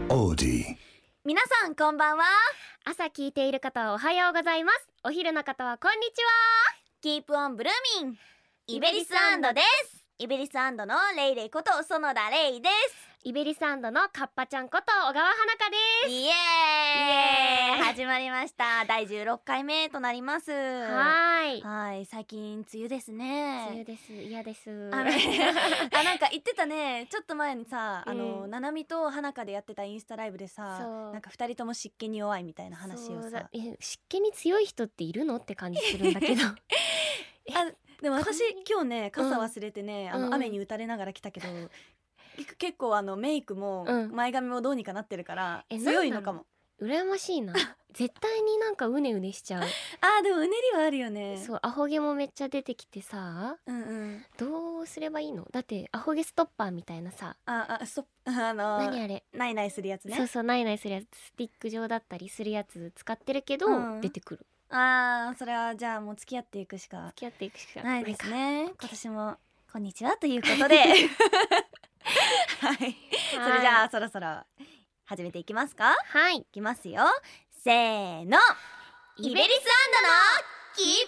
オーディ。 皆さんこんばんは。 朝聞いている方はおはようございます。お昼の方はこんにちは。 キープオンブルーミンイベリスアンドです。イベリスアンドのレイレイこと園田レイです。 イベリサンドのカッパちゃんこと小川花香です。 イエーイ始まりました。第16回目となります。 はい。 最近梅雨ですね。 梅雨です。嫌です。 なんか言ってたね。ちょっと前にさ、ななみと花香でやってたインスタライブでさ、なんか2人とも湿気に弱いみたいな話をさ、 湿気に強い人っているのって感じするんだけどでも私今日ね傘忘れてね、雨に打たれながら来たけど、結構メイクも前髪もどうにかなってるから強いのかも。 羨ましいな絶対になんかうねうねしちゃうでもうねりはあるよね。 そうアホ毛もめっちゃ出てきてさ、どうすればいいの？だってアホ毛ストッパーみたいなさ、何あれ、 ナイナイするやつね。 そうナイナイするやつ、スティック状だったりするやつ使ってるけど、出てくる。 それはじゃあもう付き合っていくしかないですね。今年もこんにちはということではい、それじゃあそろそろ始めていきますか。 はい、 いきますよ。せーの、イベリスアンドのキープオン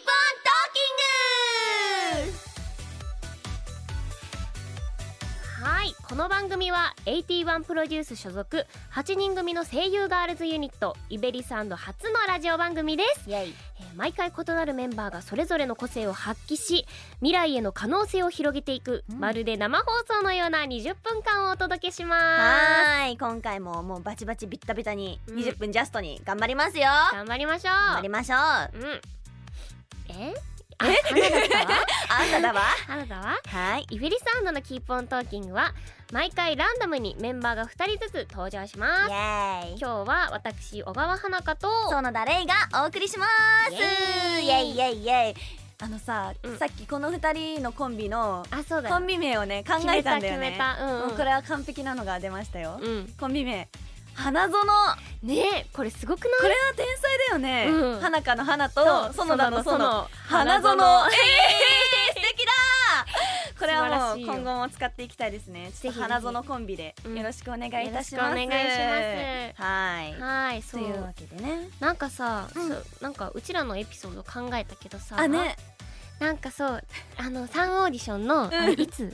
トーキング。 はい、この番組は81プロデュース所属8人組の声優ガールズユニットイベリスアンド初のラジオ番組です。毎回異なるメンバーがそれぞれの個性を発揮し、未来への可能性を広げていく、まるで生放送のような20分間をお届けします。 今回ももうバチバチビッタビタに20分ジャストに頑張りますよ。 頑張りましょう。 花だったわあなたはイベリスアンドのキープオントーキングは毎回ランダムにメンバーが2人ずつ登場します。今日は私小川花香と園田レイがお送りします。イエイイエイイエイ。さっきこの2人のコンビのコンビ名をね考えたんだよね。これは完璧なのが出ましたよ。コンビ名花園ね。これすごくない？ これは天才だよね。花香の花と園田の園、花園。素敵だ。これはもう今後も使っていきたいですね。ちょっと花園コンビでよろしくお願いいたします。 お願いします。 はい、というわけでね、 なんかさ、なんかうちらのエピソード考えたけどさ、なんかそう3オーディションのいつ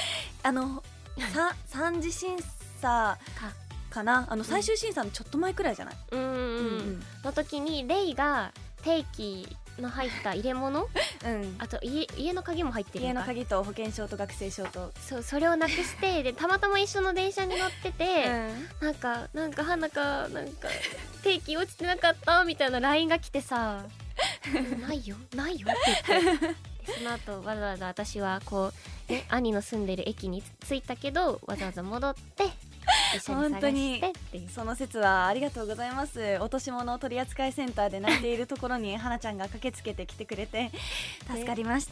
3次審査かな、最終審査のちょっと前くらいじゃない？ の時にレイが定期の入った入れ物あと家の鍵も入ってる。 家の鍵と保険証と学生証と、 それをなくしてでたまたま一緒の電車に乗ってて、なんか花香なんか定期落ちてなかったみたいな LINE が来てさないよって言ってその後わざわざ私はこう、兄の住んでる駅に着いたけどわざわざ戻って一緒に探してっていう。 その説はありがとうございます。落とし物取扱センターで泣いているところに花ちゃんが駆けつけてきてくれて助かりました。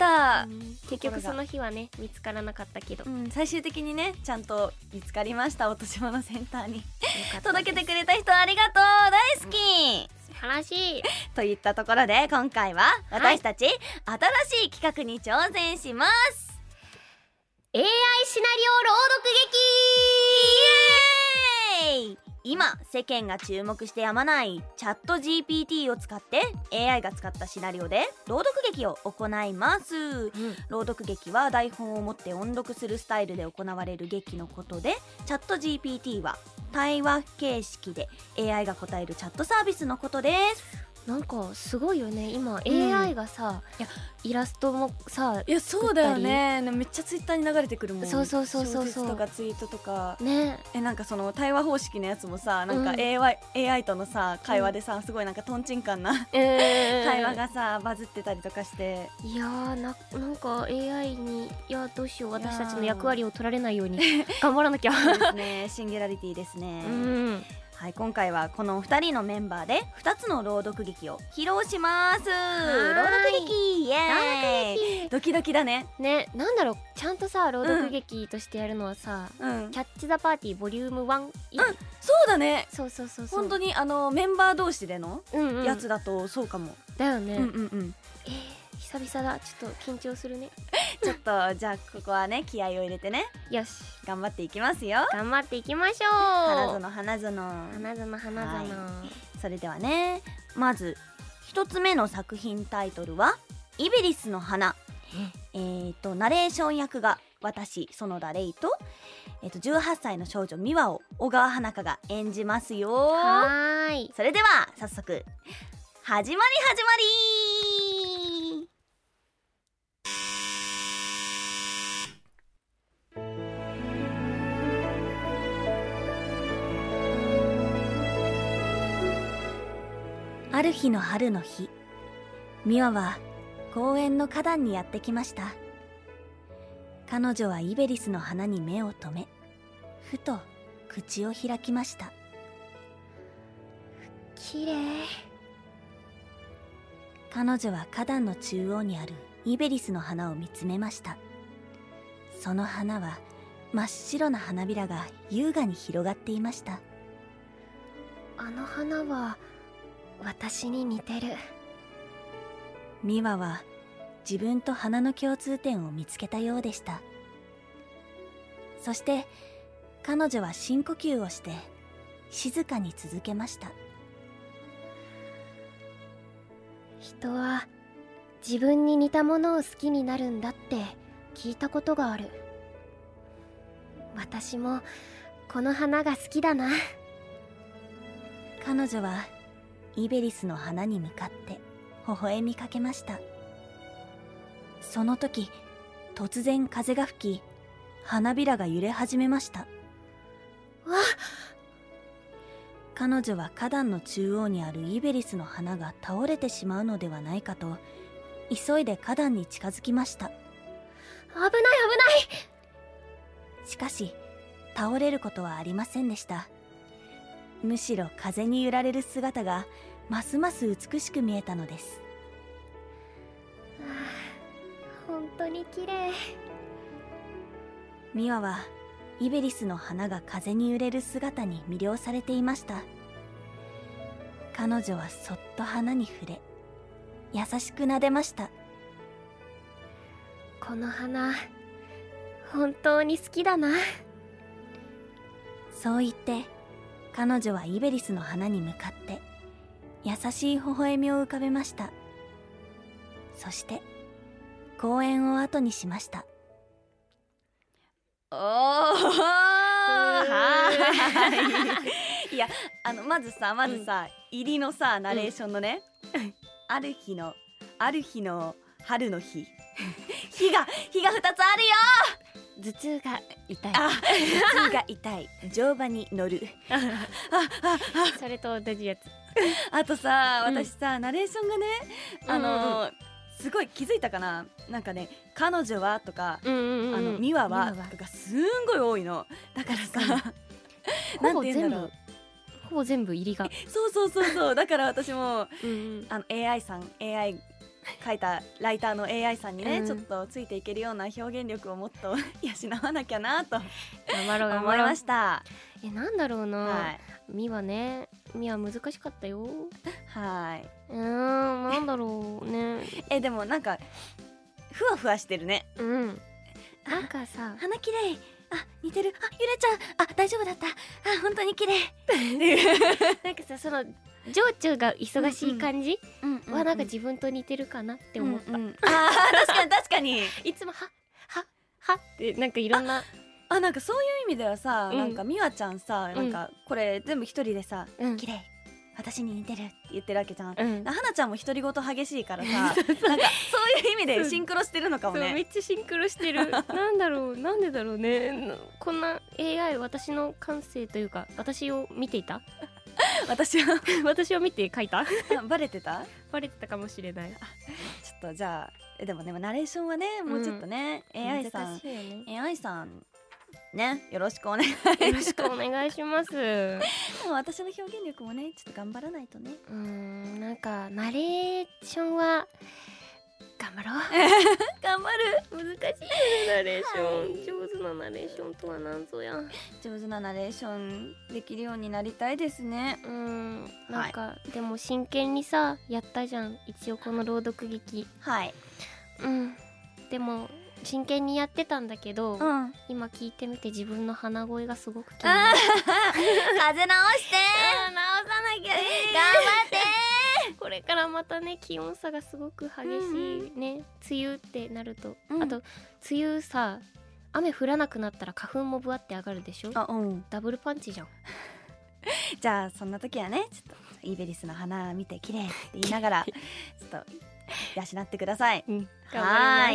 結局その日はね見つからなかったけど、 最終的にねちゃんと見つかりました。落とし物センターに届けてくれた人ありがとう、大好き、 素晴らしいといったところで今回は私たち新しい企画に挑戦します。 AI シナリオ朗読劇。 今世間が注目してやまないチャット GPT を使って AI が使ったシナリオで朗読劇を行います。朗読劇は台本を持って音読するスタイルで行われる劇のことで、チャット GPT は対話形式で AI が答えるチャットサービスのことです。 なんかすごいよね今、AI がさイラストもさそうだよね。めっちゃツイッターに流れてくるもん。 そう小説とかツイートとかね。 なんかその対話方式のやつもさ、なんか AI とのさ会話でさ、すごいなんかトンチンカンな会話がさバズってたりとかして、 いやなんか AI にどうしよう、私たちの役割を取られないように頑張らなきゃ。 そうですね、シンギュラリティですね。今回はこの2人のメンバーで2つの朗読劇を披露します。朗読劇イエーイ。ドキドキだね。 なんだろう、ちゃんとさ朗読劇としてやるのはさ、キャッチ・ザ・パーティーボリューム1。 そうだね。 そう本当にメンバー同士でのやつだとそうかも。 だよね。 久 々だ。ちょっと緊張するね。 ちょっとじゃあここはね気合を入れてねよし頑張っていきますよ。 頑張っていきましょう。 花園花園花園花園、 それではね、まず一つ目の作品タイトルはイベリスの花。ナレーション役が私園田レイと、18歳の少女ミワを小川花香が演じますよ。 はーい。 それでは早速始まり始まり。ある日の春の日、ミワは公園の花壇にやってきました。彼女はイベリスの花に目を留め、ふと口を開きました。 きれい。 彼女は花壇の中央にあるイベリスの花を見つめました。その花は真っ白な花びらが優雅に広がっていました。 あの花は私に似てる。 ミワは自分と花の共通点を見つけたようでした。そして彼女は深呼吸をして静かに続けました。 人は自分に似たものを好きになるんだって聞いたことがある。私もこの花が好きだな。 彼女はイベリスの花に向かって微笑みかけました。その時、突然風が吹き、花びらが揺れ始めました。 わっ。 彼女は花壇の中央にあるイベリスの花が倒れてしまうのではないかと、急いで花壇に近づきました。 危ない危ない。 しかし、倒れることはありませんでした。むしろ風に揺られる姿がますます美しく見えたのです。 本当に綺麗。 ミワはイベリスの花が風に揺れる姿に魅了されていました。彼女はそっと花に触れ、優しく撫でました。 この花本当に好きだな。 そう言って彼女はイベリスの花に向かって優しい微笑みを浮かべました。そして公園を後にしました。おーはいいや、まずさ、入りのさナレーションのね、ある日の春の日日が2つあるよ。 頭痛が痛い。 頭痛が痛い。乗馬に乗るそれと同じやつ。 あとさ、私さ、ナレーションがね、すごい気づいたかな。なんかね、彼女はとか、ミワはとかすんごい多いの。だからさ、なんて言うんだろう、 ほぼ全部入りが。 そうだから私もAI 書いたライターの AI さんにね、ちょっとついていけるような表現力をもっと養わなきゃなと思いました。 なんだろうな、ミワ難しかったよ。なんだろうね。 でもなんかふわふわしてるね。 なんかさ、 花綺麗。似てる。ゆれちゃん、大丈夫だった。本当に綺麗。 なんかさ、その情緒が忙しい感じはなんか自分と似てるかなって思った。 確かにいつもはってなんかいろんななんかそういう意味ではさ、なんかミワちゃんさ、なんかこれ全部一人でさ、綺麗、私に似てるって言ってるわけじゃん。花ちゃんも独り言激しいからさ、なんかそういう意味でシンクロしてるのかもね。 めっちゃシンクロしてる。なんだろう、なんでだろうね。こんな AI 私の感性というか、私を見ていた私を見て書いた。 バレてたかもしれない。 ちょっとじゃあでもね、ナレーションはね、もうちょっとね、AI さんね、よろしくお願いします。 でも私の表現力もね、ちょっと頑張らないとね。 なんかナレーションは頑張ろう。 頑張る。 難しいよね、ナレーション。上手なナレーションとは何ぞや。 上手なナレーションできるようになりたいですね。 なんか、でも真剣にさやったじゃん、一応この朗読劇。でも真剣にやってたんだけど、 うん、 今聞いてみて自分の鼻声がすごく気にあなる。 風直して直さなきゃいい。 頑張ってこれからまたね気温差がすごく激しいね、梅雨ってなると、あと梅雨さ雨降らなくなったら花粉もぶわって上がるでしょ。ダブルパンチじゃん。 じゃあそんな時はねちょっとイーベリスの花見て綺麗って言いながらちょっと養ってください。はい。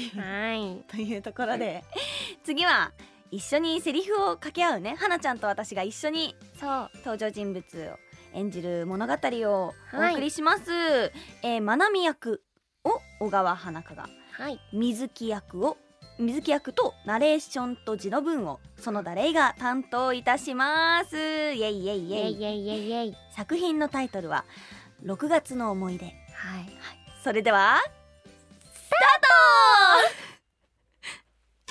というところで次は一緒にセリフを掛け合うね。花ちゃんと私が一緒に登場人物を演じる物語をお送りします。まなみ役を小川花香が、水木役とナレーションと字の文を園田レイが担当いたします。イエイイエイイエイイエイイエイ。作品のタイトルは6月の思い出。それではスタート。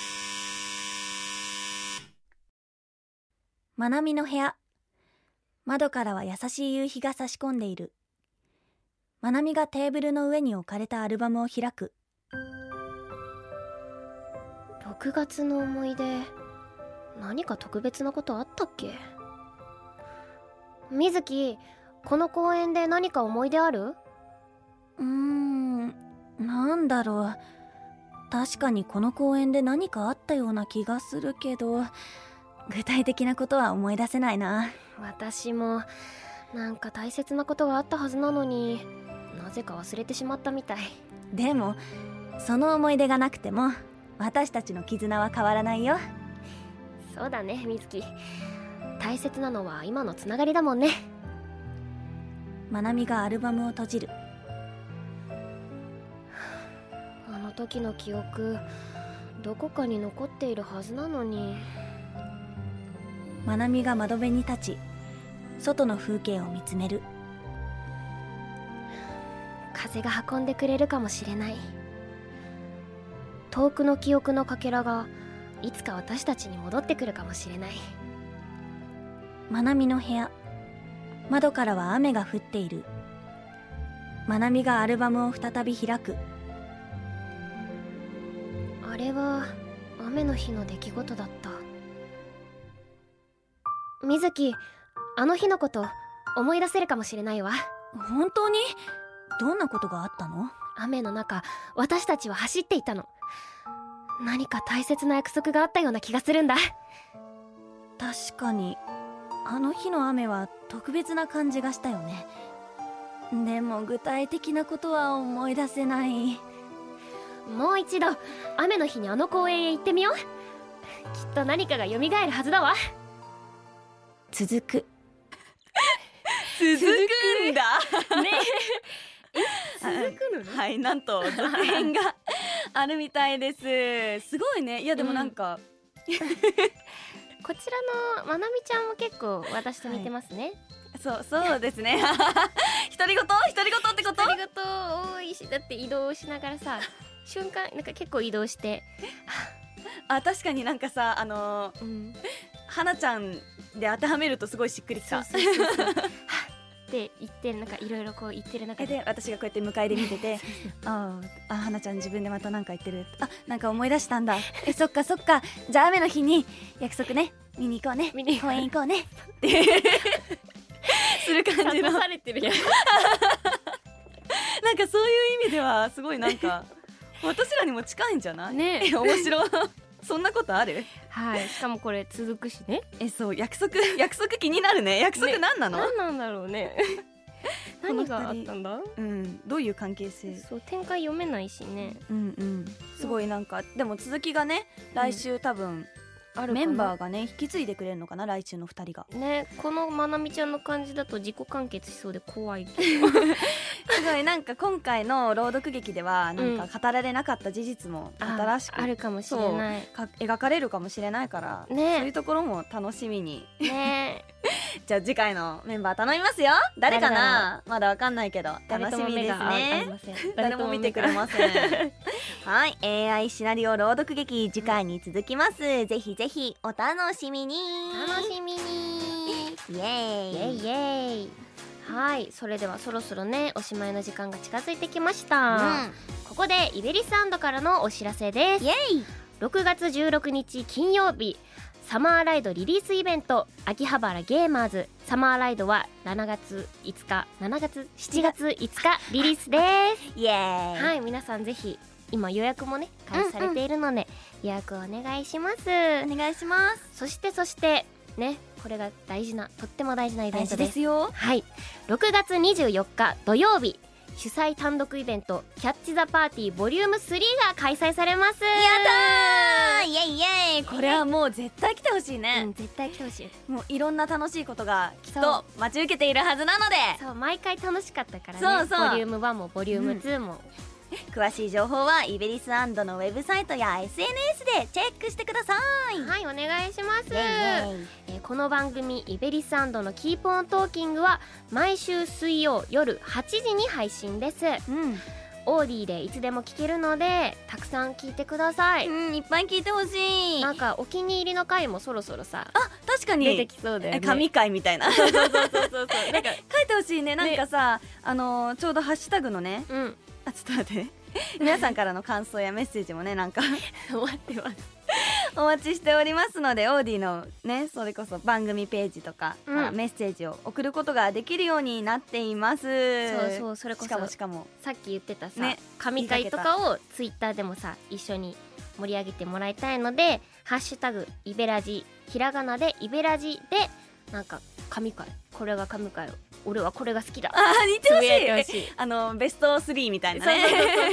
まなみの部屋。窓からは優しい夕日が差し込んでいる。まなみがテーブルの上に置かれたアルバムを開く。 6月の思い出、何か特別なことあったっけ？みずき、この公園で何か思い出ある？ なんだろう。確かにこの公園で何かあったような気がするけど、具体的なことは思い出せないな。 私もなんか大切なことがあったはずなのになぜか忘れてしまったみたい。 でもその思い出がなくても私たちの絆は変わらないよ。 そうだねみずき、大切なのは今のつながりだもんね。 まなみがアルバムを閉じる。 あの時の記憶どこかに残っているはずなのに。 まなみが窓辺に立ち外の風景を見つめる。 風が運んでくれるかもしれない。遠くの記憶のかけらがいつか私たちに戻ってくるかもしれない。 まなみの部屋。窓からは雨が降っている。まなみがアルバムを再び開く。 あれは雨の日の出来事だった。みずき、あの日のこと思い出せるかもしれないわ。 本当に？どんなことがあったの？ 雨の中、私たちは走っていたの。何か大切な約束があったような気がするんだ。 確かにあの日の雨は特別な感じがしたよね。でも具体的なことは思い出せない。 もう一度雨の日にあの公園へ行ってみよう。きっと何かが蘇るはずだわ。 続くんだね。 続くのね。 はい、なんと続編があるみたいです。すごいね。いやでもなんか、 こちらのまなみちゃんも結構私と似てますね。 そうですね。独り言ってこと？ 独り言多いし、だって移動しながらさ、瞬間なんか結構移動して、 確かになんかさ花ちゃんで当てはめるとすごいしっくりきた。 って言ってなんかいろいろこう言ってる中で私がこうやって向かいで見てて花ちゃん自分でまたなんか言ってる。なんか思い出したんだ。そっかじゃあ雨の日に約束ね、見に行こうね、公園行こうねってする感じの。 諭されてるやん。 なんかそういう意味ではすごいなんか私らにも近いんじゃないね。 面白い。そんなことある？ はい。しかもこれ続くしね。 そう、約束気になるね。約束何なの？ 何なんだろうね。何があったんだ？ どういう関係性？ そう、展開読めないしね。 すごいなんかでも続きがね、来週多分メンバーがね引き継いでくれるのかな、来週の2人がね。このまなみちゃんの感じだと自己完結しそうで怖いけどすごいなんか今回の朗読劇ではなんか語られなかった事実も新しくあるかもしれない、 描かれるかもしれないからね、 そういうところも楽しみにね。 じゃあ次回のメンバー頼みますよ。誰かな、まだわかんないけど楽しみですね。誰も見てくれません。はい、AI シナリオ朗読劇次回に続きます。ぜひぜひお楽しみに。 楽しみに。 イエーイイエイイエイ。 はい、それではそろそろねおしまいの時間が近づいてきました、ここでイベリス&からのお知らせです。 イエイ。 6月16日金曜日、サマーライドリリースイベント秋葉原ゲーマーズサマーライドは7月5日リリースですイエーイ。 はい、皆さんぜひ今予約もね開始されているので、予約お願いします。 お願いします。 そしてね、これがとっても大事なイベン大事トで。 ですすよ。 はい、6月24日土曜日、主催単独イベントキャッチザパーティーボリューム3が開催されます。 やったー、イエイイエイ。これはもう絶対来てほしいね、 絶対来てほしい。 もういろんな楽しいことがきっそうと待ち受けているはずなので、 そう、毎回楽しかったからね。 そうそうボリューム1もボリューム2も、 詳しい情報はイベリス&のウェブサイトや SNS でチェックしてください。 はい、お願いします。 イエイイエイ。 この番組イベリス&のキープオントーキングは毎週水曜夜8時に配信です。オーディでいつでも聞けるのでたくさん聞いてください。 いっぱい聞いてほしい。 なんかお気に入りの回もそろそろさ確かに出てきそうだよね。 神回みたいなそうなんか書いてほしいね。なんかさ、ちょうどハッシュタグのね、 うん、 ちょっと待って皆さんからの感想やメッセージもね、なんか待ってます。 お待ちしておりますので、オーディのね、それこそ番組ページとかからメッセージを送ることができるようになっています。 そう、それこそしかもさっき言ってたさ、 ね、 神回とかをツイッターでもさ一緒に盛り上げてもらいたいので、ハッシュタグイベラジ、ひらがなでイベラジでなんか神回、これが神回、俺はこれが好きだ、 似てほしい。 つぶやいてほしい。 ベスト3みたいなね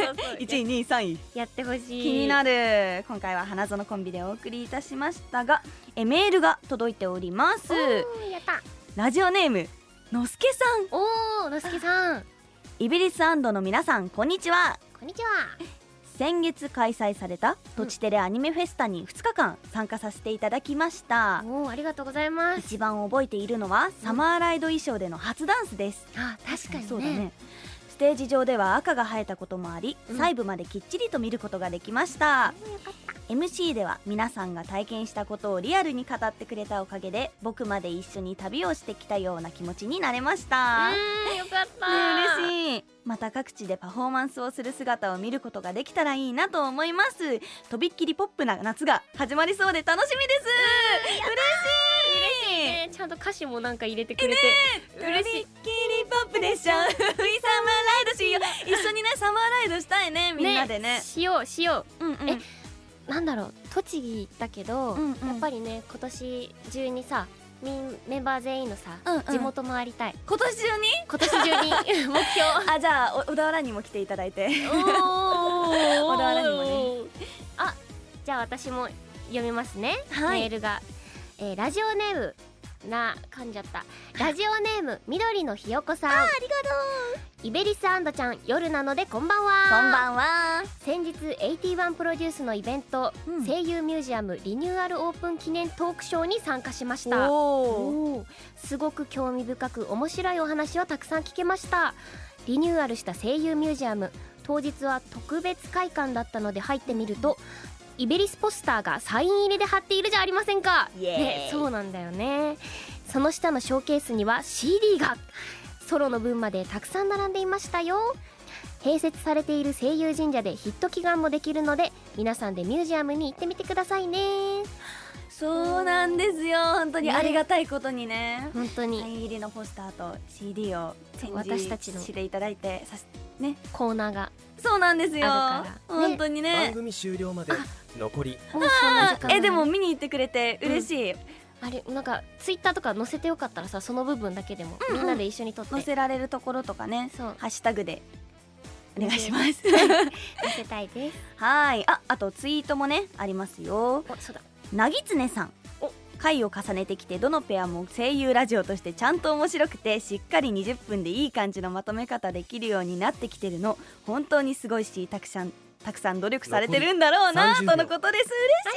1位2位3位やってほしい。 気になる。今回は花園コンビでお送りいたしましたが、メールが届いております。 やった。 ラジオネームのすけさん。 おー、のすけさん、 イベリス&の皆さん、こんにちは。 こんにちは。 先月開催されたとちテレアニメフェスタに2日間参加させていただきました。 おー、ありがとうございます。 一番覚えているのはサマーライド衣装での初ダンスです。 あ、確かにね。 そうだね。ステージ上では赤が生えたこともあり、 うん細部まできっちりと見ることができました。 よかった。 MC では皆さんが体験したことをリアルに語ってくれたおかげで、僕まで一緒に旅をしてきたような気持ちになれました。 よかった。 嬉しい。また各地でパフォーマンスをする姿を見ることができたらいいなと思います。とびっきりポップな夏が始まりそうで楽しみです。嬉しい。 ちゃんと歌詞もなんか入れてくれて、嬉しい。 とびっきりポップでしょウィサマーライドしよう。一緒にねサマーライドしたいね、みんなでね。 しよう。 うんなんだろう、栃木行ったけど、 うんうんやっぱりね今年中にさメンバー全員のさ、 うんうん地元回りたい。 今年中に今年中に目標。 あ、じゃあ小田原にも来ていただいてお小田原にもね。 あ、じゃあ私も読みますね、 はいメールが、ラジオネーム噛んじゃった。ラジオネーム緑のひよこさん。ありがとう。イベリス&ちゃん、夜なのでこんばんは。 こんばんは。 先日81プロデュースのイベント、 うん声優ミュージアムリニューアルオープン記念トークショーに参加しました。 おー、 すごく興味深く面白いお話をたくさん聞けました。リニューアルした声優ミュージアム、当日は特別会館だったので入ってみると、イベリスポスターがサイン入りで貼っているじゃありませんか。 イエーイね、そうなんだよね。その下のショーケースには CD がソロの分までたくさん並んでいましたよ。併設されている声優神社でヒット祈願もできるので、皆さんでミュージアムに行ってみてくださいね。 そうなんですよ。本当にありがたいことにね、 本当にサイン入りのポスターと CD を展私たちの示していただいてね。 コーナーがそうなんですよ。 あるからね本当に番ね。 組終了まで残りもうそんな時間なのでも見に行ってくれて嬉しい。 あれなんかツイッターとか載せてよかったらさ、その部分だけでもみんなで一緒に撮って載せられるところとかね、 そうハッシュタグでお願いします。 載せたいです。 はい。あとツイートもねありますよ。 お、そうだ。 なぎつねさん。 お、 回を重ねてきてどのペアも声優ラジオとしてちゃんと面白くて、しっかり20分でいい感じのまとめ方できるようになってきてるの本当にすごいし、たくさん努力されてるんだろうな残り30秒とのことです。嬉しい。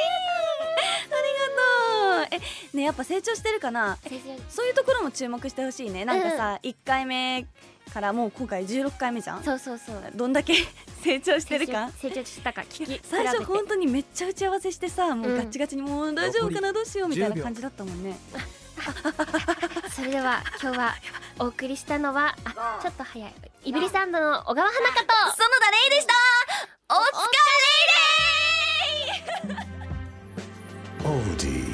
ありがとう。ね、やっぱ成長してるかな。そういうところも注目してほしいね。なんかさ、1回目からもう今回16回目じゃん。 そうそうそう。 どんだけ成長してるか。 成長したか聞き最初本当当にめっちゃ打ち合わせしてさ、もうガッチガチにもう大丈夫かなどうしようみたいな感じだったもんね。 それでは今日はお送りしたのはちょっと早いイビリサンドの小川花香と園田レイでした。お疲れレイレイ。 オーディ